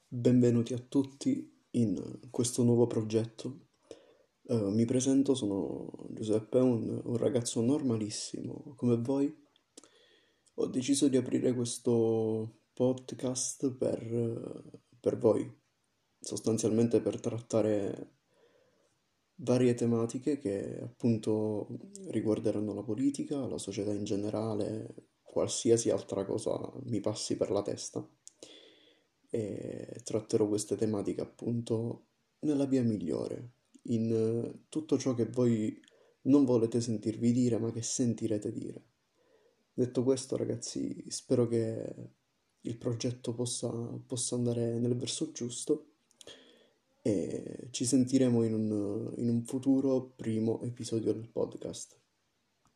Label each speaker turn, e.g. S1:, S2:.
S1: Benvenuti a tutti in questo nuovo progetto. Mi presento, sono Giuseppe, un ragazzo normalissimo come voi. Ho deciso di aprire questo podcast per voi, sostanzialmente per trattare varie tematiche che appunto riguarderanno la politica, la società in generale, qualsiasi altra cosa mi passi per la testa e tratterò queste tematiche appunto nella via migliore, in tutto ciò che voi non volete sentirvi dire ma che sentirete dire. Detto questo, ragazzi, spero che il progetto possa andare nel verso giusto e ci sentiremo in un futuro primo episodio del podcast.